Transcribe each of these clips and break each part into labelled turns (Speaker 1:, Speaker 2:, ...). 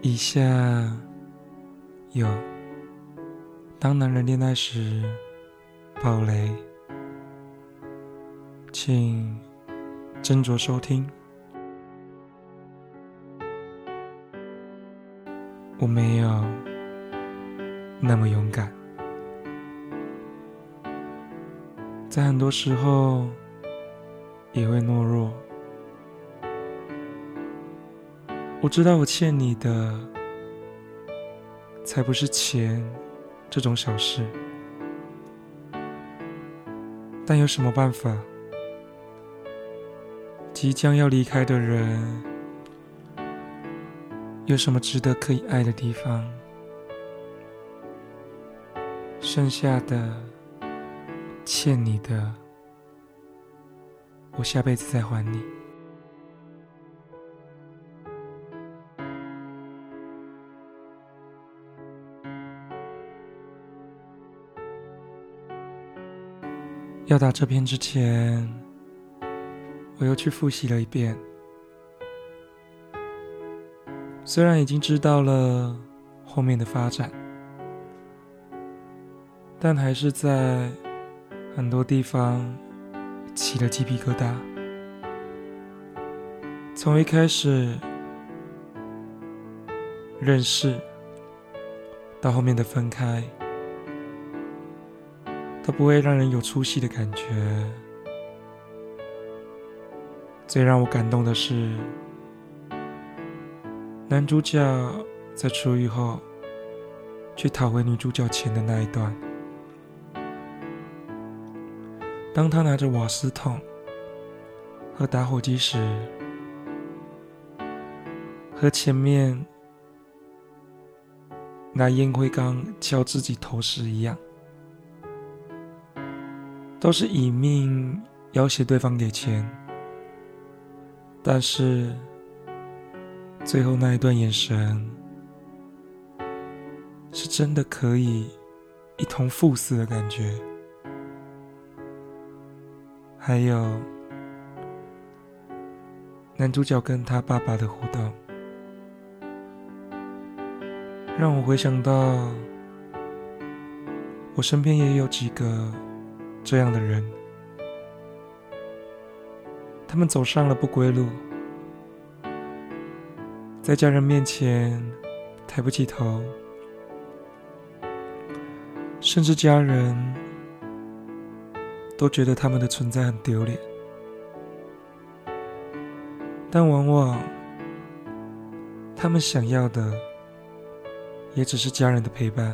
Speaker 1: 以下有当男人恋爱时爆雷，请斟酌收听。我没有那么勇敢，在很多时候也会懦弱。我知道我欠你的才不是钱这种小事，但有什么办法？即将要离开的人，有什么值得可以爱的地方？剩下的欠你的，我下辈子再还你。要打这篇之前，我又去复习了一遍。虽然已经知道了后面的发展，但还是在很多地方起了鸡皮疙瘩。从一开始认识，到后面的分开，都不会让人有出戏的感觉。最让我感动的是，男主角在出狱后去讨回女主角钱的那一段。当他拿着瓦斯桶和打火机时，和前面拿烟灰缸敲自己头时一样，都是以命要挟对方给钱，但是最后那一段眼神是真的可以一同赴死的感觉。还有男主角跟他爸爸的互动，让我回想到我身边也有几个这样的人，他们走上了不归路，在家人面前抬不起头，甚至家人都觉得他们的存在很丢脸，但往往他们想要的也只是家人的陪伴，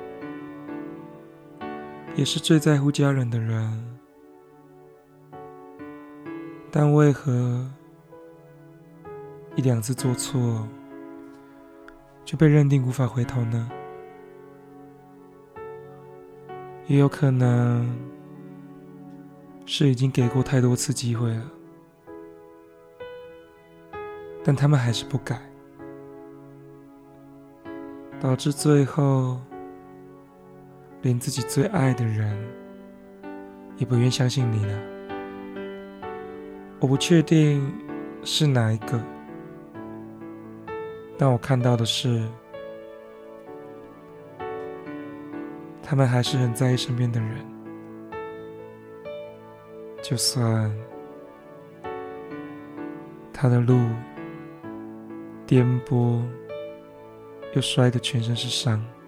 Speaker 1: 也是最在乎家人的人，但为何一两次做错就被认定无法回头呢？也有可能是已经给过太多次机会了，但他们还是不改，导致最后连自己最爱的人也不愿相信你了。我不确定是哪一个，但我看到的是，他们还是很在意身边的人，就算他的路颠簸又摔得全身是伤。